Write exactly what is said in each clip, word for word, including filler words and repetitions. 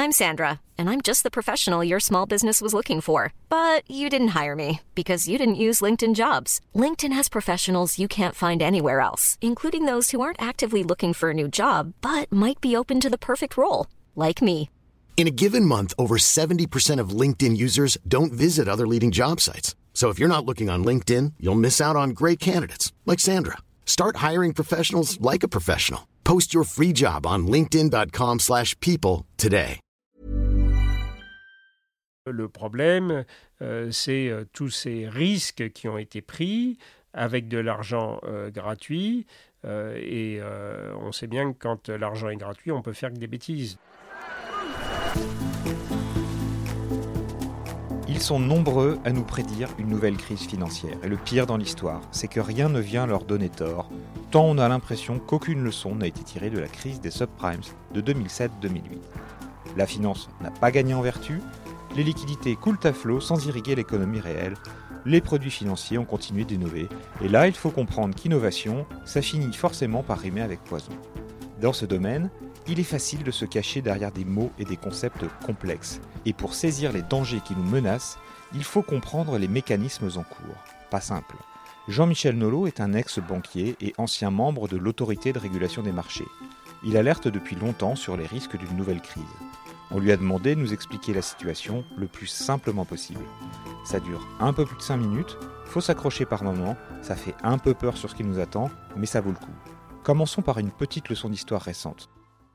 I'm Sandra, and I'm just the professional your small business was looking for. But you didn't hire me because you didn't use LinkedIn Jobs. LinkedIn has professionals you can't find anywhere else, including those who aren't actively looking for a new job, but might be open to the perfect role, like me. In a given month, over seventy percent of LinkedIn users don't visit other leading job sites. So if you're not looking on LinkedIn, you'll miss out on great candidates like Sandra. Start hiring professionals like a professional. Post your free job on linkedin dot com slash people today. Le problème, euh, c'est euh, tous ces risques qui ont été pris avec de l'argent euh, gratuit. Euh, et euh, on sait bien que quand l'argent est gratuit, on peut faire que des bêtises. Ils sont nombreux à nous prédire une nouvelle crise financière. Et le pire dans l'histoire, c'est que rien ne vient leur donner tort, tant on a l'impression qu'aucune leçon n'a été tirée de la crise des subprimes de deux mille sept deux mille huit. La finance n'a pas gagné en vertu, les liquidités coulent à flot sans irriguer l'économie réelle, les produits financiers ont continué d'innover, et là il faut comprendre qu'innovation, ça finit forcément par rimer avec poison. Dans ce domaine, il est facile de se cacher derrière des mots et des concepts complexes. Et pour saisir les dangers qui nous menacent, il faut comprendre les mécanismes en cours. Pas simple. Jean-Michel Nolot est un ex-banquier et ancien membre de l'autorité de régulation des marchés. Il alerte depuis longtemps sur les risques d'une nouvelle crise. On lui a demandé de nous expliquer la situation le plus simplement possible. Ça dure un peu plus de cinq minutes, faut s'accrocher par moments, ça fait un peu peur sur ce qui nous attend, mais ça vaut le coup. Commençons par une petite leçon d'histoire récente.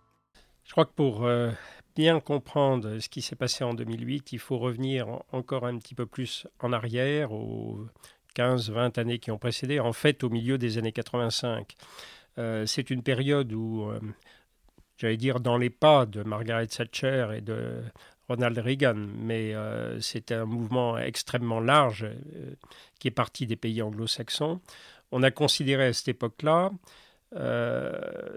Je crois que pour euh, bien comprendre ce qui s'est passé en deux mille huit, il faut revenir en, encore un petit peu plus en arrière, aux quinze vingt années qui ont précédé, en fait au milieu des années quatre-vingt-cinq. Euh, c'est une période où, euh, j'allais dire, dans les pas de Margaret Thatcher et de Ronald Reagan, mais euh, c'était un mouvement extrêmement large euh, qui est parti des pays anglo-saxons. On a considéré à cette époque-là euh,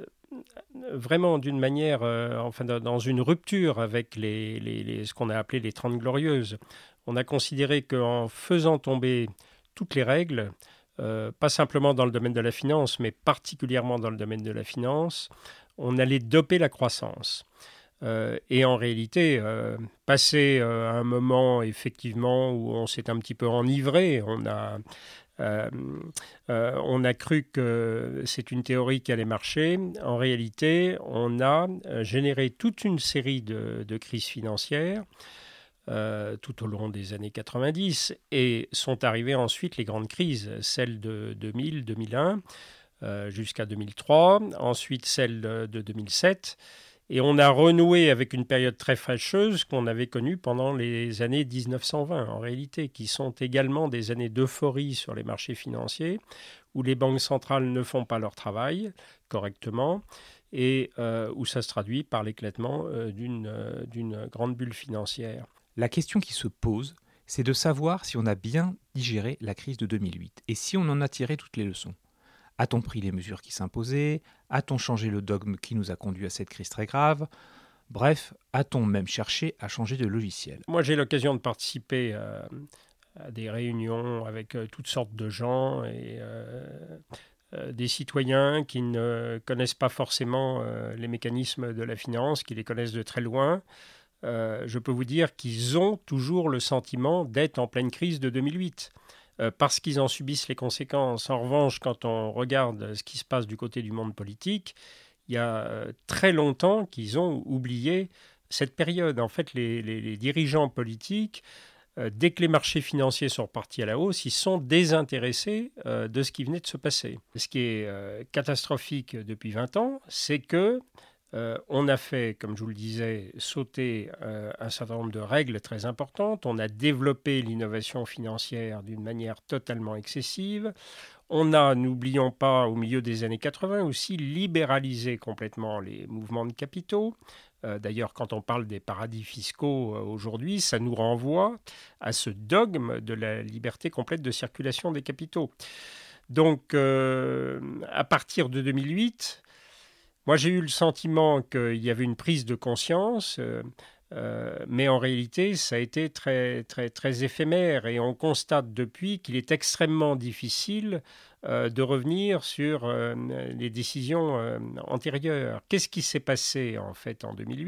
vraiment d'une manière, euh, enfin dans une rupture avec les, les, les, ce qu'on a appelé les Trente Glorieuses. On a considéré qu'en faisant tomber toutes les règles, euh, pas simplement dans le domaine de la finance, mais particulièrement dans le domaine de la finance, on allait doper la croissance. Euh, et en réalité, euh, passé euh, un moment effectivement où on s'est un petit peu enivré, on a... Euh, euh, on a cru que c'est une théorie qui allait marcher. En réalité, on a généré toute une série de, de crises financières euh, tout au long des années quatre-vingt-dix et sont arrivées ensuite les grandes crises, celles de deux mille, deux mille un euh, jusqu'à deux mille trois, ensuite celle de, de deux mille sept. Et on a renoué avec une période très fâcheuse qu'on avait connue pendant les années dix-neuf cent vingt, en réalité, qui sont également des années d'euphorie sur les marchés financiers, où les banques centrales ne font pas leur travail correctement, et euh, où ça se traduit par l'éclatement euh, d'une, euh, d'une grande bulle financière. La question qui se pose, c'est de savoir si on a bien digéré la crise de deux mille huit, et si on en a tiré toutes les leçons. A-t-on pris les mesures qui s'imposaient ? A-t-on changé le dogme qui nous a conduit à cette crise très grave ? Bref, a-t-on même cherché à changer de logiciel ? Moi, j'ai l'occasion de participer à, à des réunions avec euh, toutes sortes de gens et euh, euh, des citoyens qui ne connaissent pas forcément euh, les mécanismes de la finance, qui les connaissent de très loin. Euh, je peux vous dire qu'ils ont toujours le sentiment d'être en pleine crise de deux mille huit. Parce qu'ils en subissent les conséquences. En revanche, quand on regarde ce qui se passe du côté du monde politique, il y a très longtemps qu'ils ont oublié cette période. En fait, les, les, les dirigeants politiques, euh, dès que les marchés financiers sont repartis à la hausse, ils sont désintéressés euh, de ce qui venait de se passer. Ce qui est euh, catastrophique depuis vingt ans, c'est que Euh, on a fait, comme je vous le disais, sauter euh, un certain nombre de règles très importantes. On a développé l'innovation financière d'une manière totalement excessive. On a, n'oublions pas, au milieu des années quatre-vingts aussi, libéralisé complètement les mouvements de capitaux. Euh, d'ailleurs, quand on parle des paradis fiscaux euh, aujourd'hui, ça nous renvoie à ce dogme de la liberté complète de circulation des capitaux. Donc, euh, à partir de deux mille huit... Moi, j'ai eu le sentiment qu'il y avait une prise de conscience, euh, euh, mais en réalité, ça a été très, très, très éphémère et on constate depuis qu'il est extrêmement difficile euh, de revenir sur euh, les décisions euh, antérieures. Qu'est-ce qui s'est passé en fait en deux mille huit ?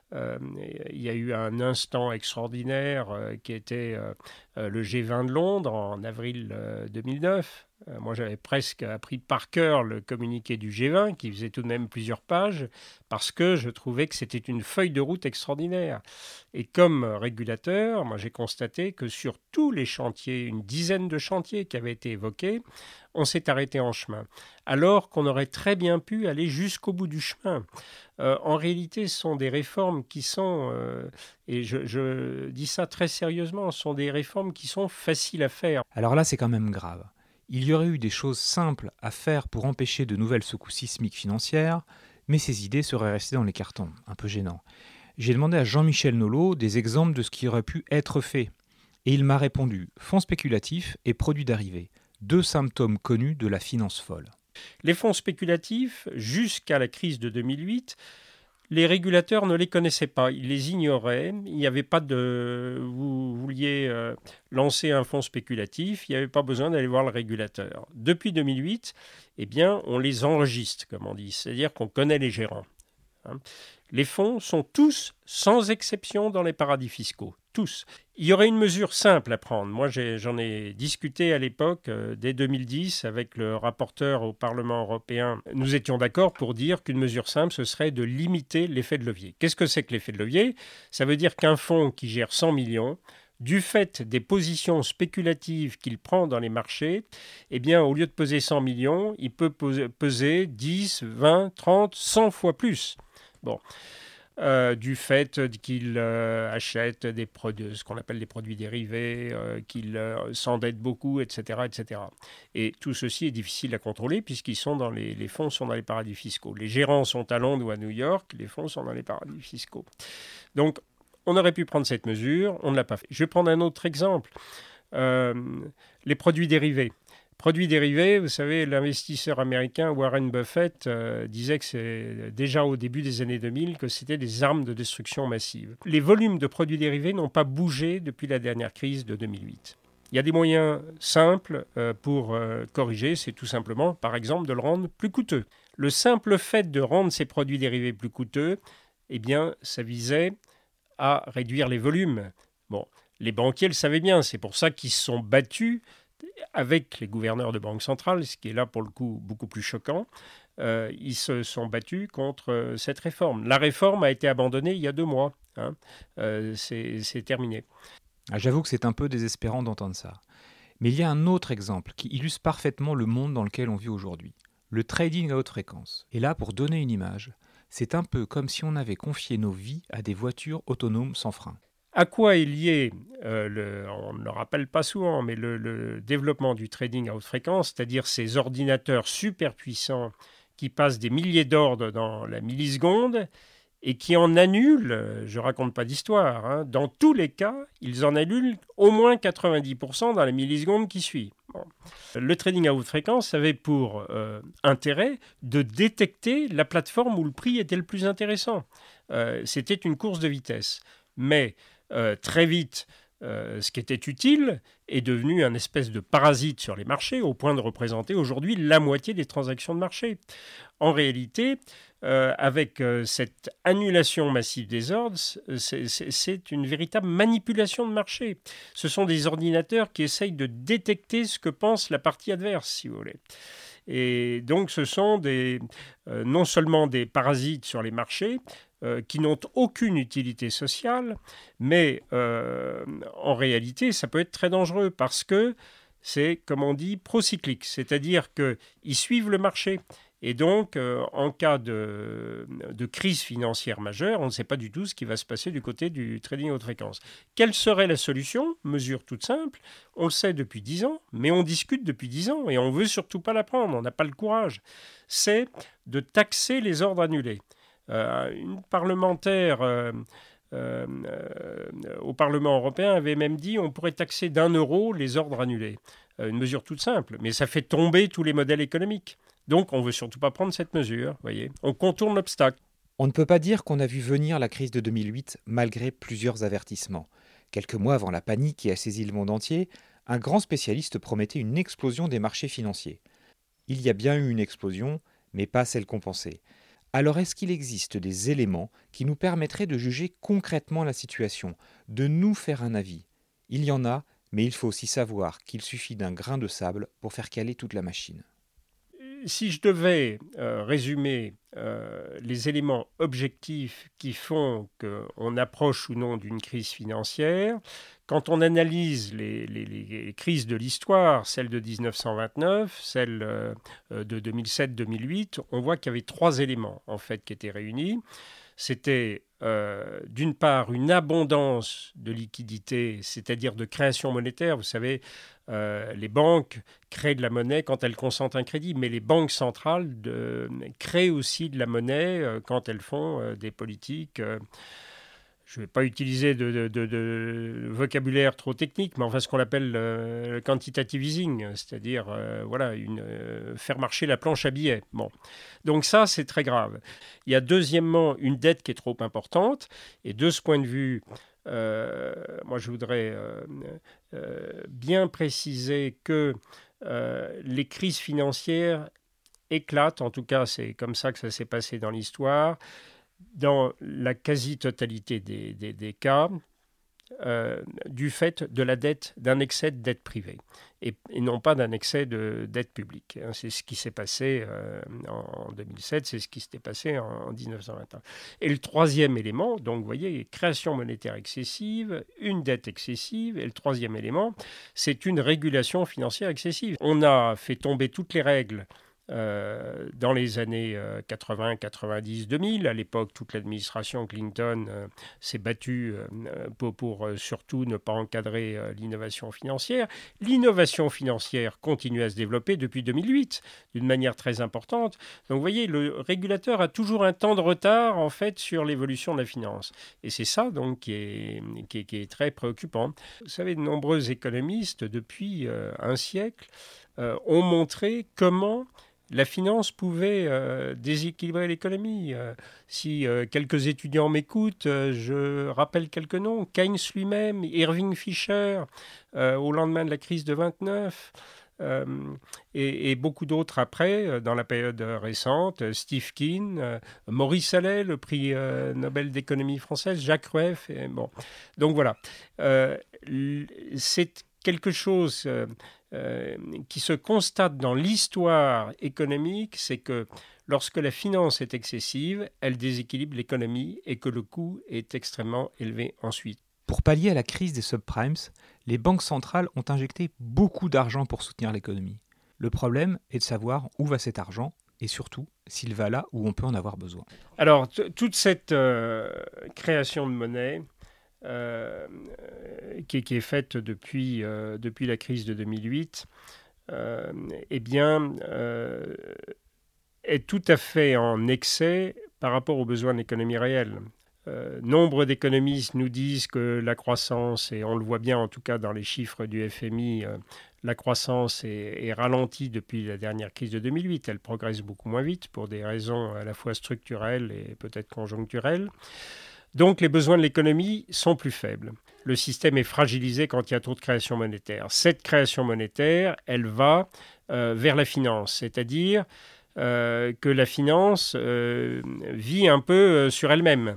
Euh, il y a eu un instant extraordinaire euh, qui était euh, euh, le G vingt de Londres en avril euh, deux mille neuf. Euh, moi, j'avais presque appris par cœur le communiqué du G vingt, qui faisait tout de même plusieurs pages, parce que je trouvais que c'était une feuille de route extraordinaire. Et comme régulateur, moi, j'ai constaté que sur tous les chantiers, une dizaine de chantiers qui avaient été évoqués, on s'est arrêté en chemin, alors qu'on aurait très bien pu aller jusqu'au bout du chemin. Euh, en réalité, ce sont des réformes qui sont, euh, et je, je dis ça très sérieusement, ce sont des réformes qui sont faciles à faire. Alors là, c'est quand même grave. Il y aurait eu des choses simples à faire pour empêcher de nouvelles secousses sismiques financières, mais ces idées seraient restées dans les cartons, un peu gênant. J'ai demandé à Jean-Michel Nolot des exemples de ce qui aurait pu être fait. Et il m'a répondu « fonds spéculatifs et produits dérivés ». Deux symptômes connus de la finance folle. Les fonds spéculatifs, jusqu'à la crise de deux mille huit, les régulateurs ne les connaissaient pas, ils les ignoraient. Il n'y avait pas de... Vous vouliez euh, lancer un fonds spéculatif, il n'y avait pas besoin d'aller voir le régulateur. Depuis deux mille huit, eh bien, on les enregistre, comme on dit, c'est-à-dire qu'on connaît les gérants. Hein. Les fonds sont tous, sans exception, dans les paradis fiscaux. Tous. Il y aurait une mesure simple à prendre. Moi, j'ai, j'en ai discuté à l'époque, euh, dès deux mille dix, avec le rapporteur au Parlement européen. Nous étions d'accord pour dire qu'une mesure simple, ce serait de limiter l'effet de levier. Qu'est-ce que c'est que l'effet de levier ? Ça veut dire qu'un fonds qui gère cent millions, du fait des positions spéculatives qu'il prend dans les marchés, eh bien, au lieu de peser cent millions, il peut peser dix, vingt, trente, cent fois plus. Bon. Euh, du fait qu'il euh, achète des produits, ce qu'on appelle des produits dérivés, euh, qu'il euh, s'endette beaucoup, et cetera, et cetera. Et tout ceci est difficile à contrôler puisqu'ils sont dans les, les fonds sont dans les paradis fiscaux. Les gérants sont à Londres ou à New York, les fonds sont dans les paradis fiscaux. Donc, on aurait pu prendre cette mesure, on ne l'a pas fait. Je vais prendre un autre exemple. Euh, les produits dérivés. Produits dérivés, vous savez, l'investisseur américain Warren Buffett euh, disait que c'est déjà au début des années deux mille que c'était des armes de destruction massive. Les volumes de produits dérivés n'ont pas bougé depuis la dernière crise de deux mille huit. Il y a des moyens simples euh, pour euh, corriger, c'est tout simplement, par exemple, de le rendre plus coûteux. Le simple fait de rendre ces produits dérivés plus coûteux, eh bien, ça visait à réduire les volumes. Bon, les banquiers le savaient bien, c'est pour ça qu'ils se sont battus avec les gouverneurs de banque centrale, ce qui est là pour le coup beaucoup plus choquant. Euh, ils se sont battus contre euh, cette réforme. La réforme a été abandonnée il y a deux mois. Hein. Euh, c'est, c'est terminé. Ah, j'avoue que c'est un peu désespérant d'entendre ça. Mais il y a un autre exemple qui illustre parfaitement le monde dans lequel on vit aujourd'hui. Le trading à haute fréquence. Et là, pour donner une image, c'est un peu comme si on avait confié nos vies à des voitures autonomes sans frein. À quoi est lié, euh, le, on ne le rappelle pas souvent, mais le, le développement du trading à haute fréquence, c'est-à-dire ces ordinateurs super puissants qui passent des milliers d'ordres dans la milliseconde et qui en annulent, je ne raconte pas d'histoire, hein, dans tous les cas, ils en annulent au moins quatre-vingt-dix pour cent dans la milliseconde qui suit. Bon. Le trading à haute fréquence avait pour euh, intérêt de détecter la plateforme où le prix était le plus intéressant. Euh, c'était une course de vitesse. Mais euh, très vite, euh, ce qui était utile est devenu un espèce de parasite sur les marchés, au point de représenter aujourd'hui la moitié des transactions de marché. En réalité, euh, avec euh, cette annulation massive des ordres, c'est, c'est, c'est une véritable manipulation de marché. Ce sont des ordinateurs qui essayent de détecter ce que pense la partie adverse, si vous voulez. Et donc, ce sont des, euh, non seulement des parasites sur les marchés, euh, qui n'ont aucune utilité sociale, mais euh, en réalité, ça peut être très dangereux parce que c'est, comme on dit, procyclique, c'est-à-dire qu'ils suivent le marché. Et donc, euh, en cas de, de crise financière majeure, on ne sait pas du tout ce qui va se passer du côté du trading à haute fréquence. Quelle serait la solution ? Mesure toute simple. On le sait depuis dix ans, mais on discute depuis dix ans et on ne veut surtout pas la prendre, on n'a pas le courage. C'est de taxer les ordres annulés. Euh, une parlementaire euh, euh, euh, au Parlement européen avait même dit on pourrait taxer d'un euro les ordres annulés. Euh, une mesure toute simple, mais ça fait tomber tous les modèles économiques. Donc, on ne veut surtout pas prendre cette mesure, voyez. On contourne l'obstacle. On ne peut pas dire qu'on a vu venir la crise de deux mille huit malgré plusieurs avertissements. Quelques mois avant la panique qui a saisi le monde entier, un grand spécialiste promettait une explosion des marchés financiers. Il y a bien eu une explosion, mais pas celle qu'on pensait. Alors est-ce qu'il existe des éléments qui nous permettraient de juger concrètement la situation, de nous faire un avis ? Il y en a, mais il faut aussi savoir qu'il suffit d'un grain de sable pour faire caler toute la machine. Si je devais euh, résumer euh, les éléments objectifs qui font qu'on approche ou non d'une crise financière, quand on analyse les, les, les crises de l'histoire, celle de dix-neuf cent vingt-neuf, celle euh, de deux mille sept deux mille huit, on voit qu'il y avait trois éléments en fait qui étaient réunis. C'était euh, d'une part une abondance de liquidités, c'est-à-dire de création monétaire. Vous savez, euh, les banques créent de la monnaie quand elles consentent un crédit, mais les banques centrales de, créent aussi de la monnaie euh, quand elles font euh, des politiques. Euh, je ne vais pas utiliser de, de, de, de vocabulaire trop technique, mais enfin ce qu'on appelle euh, le quantitative easing, c'est-à-dire euh, voilà, une, euh, faire marcher la planche à billets. Bon. Donc ça, c'est très grave. Il y a deuxièmement une dette qui est trop importante, et de ce point de vue, euh, moi je voudrais euh, euh, bien préciser que euh, les crises financières éclatent, en tout cas c'est comme ça que ça s'est passé dans l'histoire, dans la quasi-totalité des, des, des cas, euh, du fait de la dette, d'un excès de dette privée, et, et non pas d'un excès de dette publique. Hein, c'est ce qui s'est passé euh, en deux mille sept, c'est ce qui s'était passé en, en dix-neuf cent vingt et un. Et le troisième élément, donc vous voyez, création monétaire excessive, une dette excessive, et le troisième élément, c'est une régulation financière excessive. On a fait tomber toutes les règles Euh, dans les années euh, quatre-vingts, quatre-vingt-dix, deux mille. À l'époque, toute l'administration Clinton euh, s'est battue euh, pour, pour euh, surtout ne pas encadrer euh, l'innovation financière. L'innovation financière continue à se développer depuis deux mille huit d'une manière très importante. Donc, vous voyez, le régulateur a toujours un temps de retard, en fait, sur l'évolution de la finance. Et c'est ça, donc, qui est, qui est, qui est très préoccupant. Vous savez, de nombreux économistes, depuis euh, un siècle, euh, ont montré comment la finance pouvait euh, déséquilibrer l'économie. Euh, si euh, quelques étudiants m'écoutent, euh, je rappelle quelques noms. Keynes lui-même, Irving Fisher, euh, au lendemain de la crise de vingt-neuf, euh, et, et beaucoup d'autres après, euh, dans la période récente, Steve Keen, euh, Maurice Allais, le prix euh, Nobel d'économie française, Jacques Rueff. Et, bon. Donc voilà. Euh, c'est quelque chose... Euh, Euh, qui se constate dans l'histoire économique, c'est que lorsque la finance est excessive, elle déséquilibre l'économie et que le coût est extrêmement élevé ensuite. Pour pallier à la crise des subprimes, les banques centrales ont injecté beaucoup d'argent pour soutenir l'économie. Le problème est de savoir où va cet argent et surtout s'il va là où on peut en avoir besoin. Alors, t- toute cette euh, création de monnaie, Euh, qui, qui est faite depuis, euh, depuis la crise de deux mille huit, euh, eh bien, euh, est tout à fait en excès par rapport aux besoins de l'économie réelle. Euh, nombre d'économistes nous disent que la croissance, et on le voit bien en tout cas dans les chiffres du F M I, euh, la croissance est, est ralentie depuis la dernière crise de deux mille huit. Elle progresse beaucoup moins vite pour des raisons à la fois structurelles et peut-être conjoncturelles. Donc les besoins de l'économie sont plus faibles. Le système est fragilisé quand il y a trop de création monétaire. Cette création monétaire, elle va euh, vers la finance, c'est-à-dire euh, que la finance euh, vit un peu euh, sur elle-même.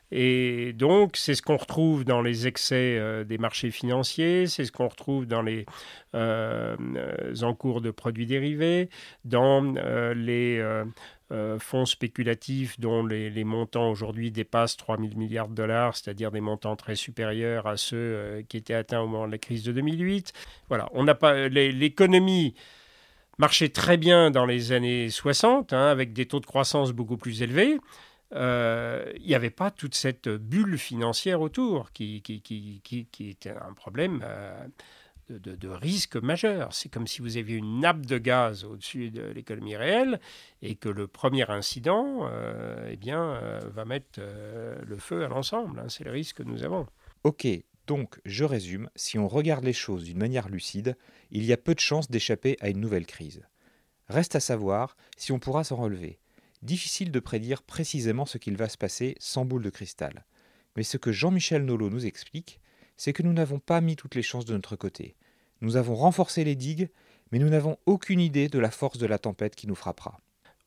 Et donc, c'est ce qu'on retrouve dans les excès euh, des marchés financiers, c'est ce qu'on retrouve dans les euh, encours de produits dérivés, dans euh, les euh, euh, fonds spéculatifs dont les, les montants aujourd'hui dépassent trois mille milliards de dollars, c'est-à-dire des montants très supérieurs à ceux euh, qui étaient atteints au moment de la crise de deux mille huit. Voilà, on n'a pas les, l'économie marchait très bien dans les années soixante, hein, avec des taux de croissance beaucoup plus élevés. Il euh, n'y avait pas toute cette bulle financière autour qui, qui, qui, qui, qui était un problème euh, de, de, de risque majeur. C'est comme si vous aviez une nappe de gaz au-dessus de l'économie réelle et que le premier incident euh, eh bien, euh, va mettre euh, le feu à l'ensemble. Hein. C'est le risque que nous avons. Ok, donc je résume, si on regarde les choses d'une manière lucide, il y a peu de chances d'échapper à une nouvelle crise. Reste à savoir si on pourra s'en relever. Difficile de prédire précisément ce qu'il va se passer sans boule de cristal. Mais ce que Jean-Michel Nolot nous explique, c'est que nous n'avons pas mis toutes les chances de notre côté. Nous avons renforcé les digues, mais nous n'avons aucune idée de la force de la tempête qui nous frappera.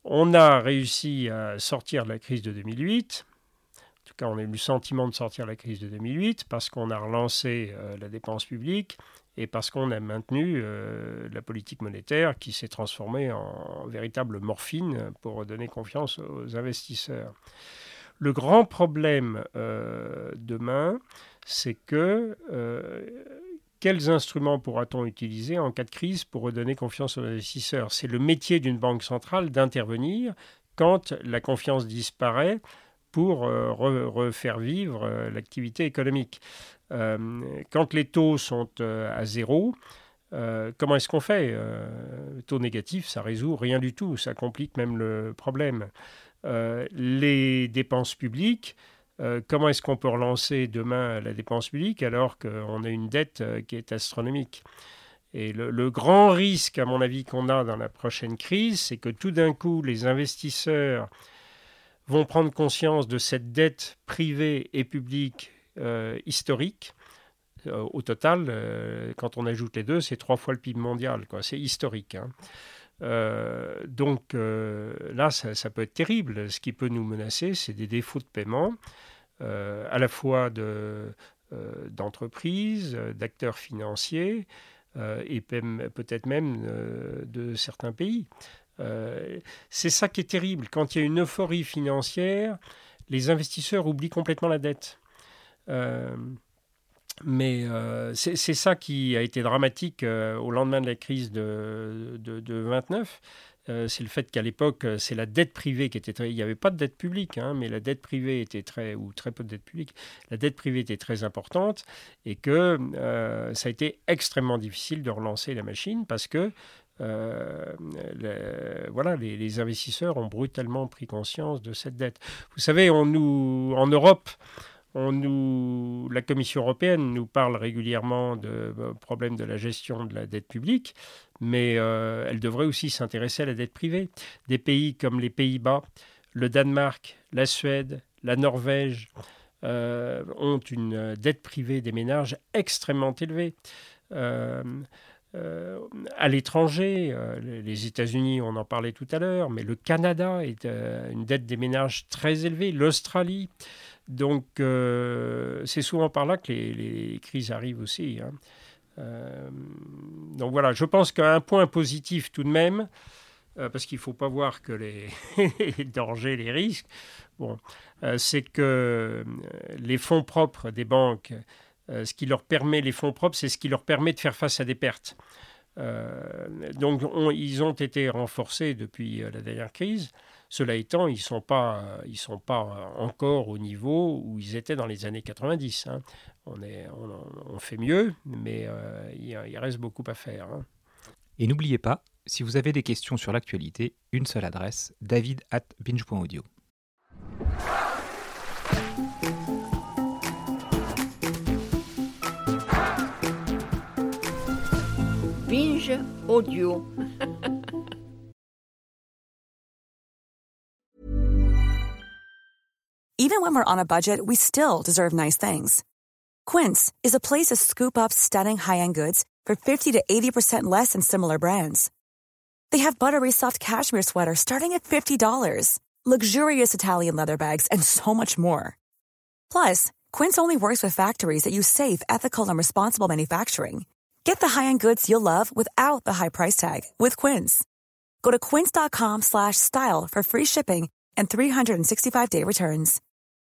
On a réussi à sortir de la crise de deux mille huit. En tout cas, on a eu le sentiment de sortir de la crise de deux mille huit parce qu'on a relancé euh, la dépense publique et parce qu'on a maintenu euh, la politique monétaire qui s'est transformée en, en véritable morphine pour redonner confiance aux investisseurs. Le grand problème euh, demain, c'est que euh, quels instruments pourra-t-on utiliser en cas de crise pour redonner confiance aux investisseurs ? C'est le métier d'une banque centrale d'intervenir quand la confiance disparaît pour euh, re- refaire vivre euh, l'activité économique. Euh, quand les taux sont euh, à zéro, euh, comment est-ce qu'on fait ? euh, Taux négatif, ça résout rien du tout, ça complique même le problème. Euh, les dépenses publiques, Euh, comment est-ce qu'on peut relancer demain la dépense publique alors qu'on a une dette euh, qui est astronomique ? Et le, le grand risque, à mon avis, qu'on a dans la prochaine crise, c'est que tout d'un coup, les investisseurs vont prendre conscience de cette dette privée et publique euh, historique. Euh, au total, euh, quand on ajoute les deux, c'est trois fois le P I B mondial, quoi. C'est historique, hein. Euh, donc euh, là, ça, ça peut être terrible. Ce qui peut nous menacer, c'est des défauts de paiement, euh, à la fois de, euh, d'entreprises, d'acteurs financiers euh, et peut-être même euh, de certains pays. Euh, c'est ça qui est terrible. Quand il y a une euphorie financière, les investisseurs oublient complètement la dette. Euh, Mais euh, c'est, c'est ça qui a été dramatique euh, au lendemain de la crise de, de, de vingt-neuf. Euh, c'est le fait qu'à l'époque, c'est la dette privée qui était très... Il n'y avait pas de dette publique, hein, mais la dette privée était très... ou très peu de dette publique. La dette privée était très importante et que euh, ça a été extrêmement difficile de relancer la machine parce que euh, les, voilà, les, les investisseurs ont brutalement pris conscience de cette dette. Vous savez, on nous, en Europe... On nous, la Commission européenne nous parle régulièrement de euh, problèmes de la gestion de la dette publique, mais euh, elle devrait aussi s'intéresser à la dette privée. Des pays comme les Pays-Bas, le Danemark, la Suède, la Norvège euh, ont une dette privée des ménages extrêmement élevée. Euh, Euh, à l'étranger, euh, les États-Unis, on en parlait tout à l'heure, mais le Canada est euh, une dette des ménages très élevée, l'Australie. Donc, euh, c'est souvent par là que les, les crises arrivent aussi, hein. Euh, donc voilà, je pense qu'un point positif tout de même, euh, parce qu'il ne faut pas voir que les, les dangers, les risques, bon, euh, c'est que les fonds propres des banques, Euh, ce qui leur permet, les fonds propres, c'est ce qui leur permet de faire face à des pertes. Euh, donc, on, ils ont été renforcés depuis euh, la dernière crise. Cela étant, ils ne sont pas, euh, ils sont pas encore au niveau où ils étaient dans les années quatre-vingt-dix. Hein. On, est, on, on fait mieux, mais euh, il, il reste beaucoup à faire, hein. Et n'oubliez pas, si vous avez des questions sur l'actualité, une seule adresse, david at binge point audio. Binge Audio. Even when we're on a budget, we still deserve nice things. Quince is a place to scoop up stunning high-end goods for fifty to eighty percent less than similar brands. They have buttery soft cashmere sweaters starting at fifty dollars, luxurious Italian leather bags, and so much more. Plus, Quince only works with factories that use safe, ethical, and responsible manufacturing. Get the high-end goods you'll love without the high price tag with Quince. Go to quince.com slash style for free shipping and three sixty-five day returns.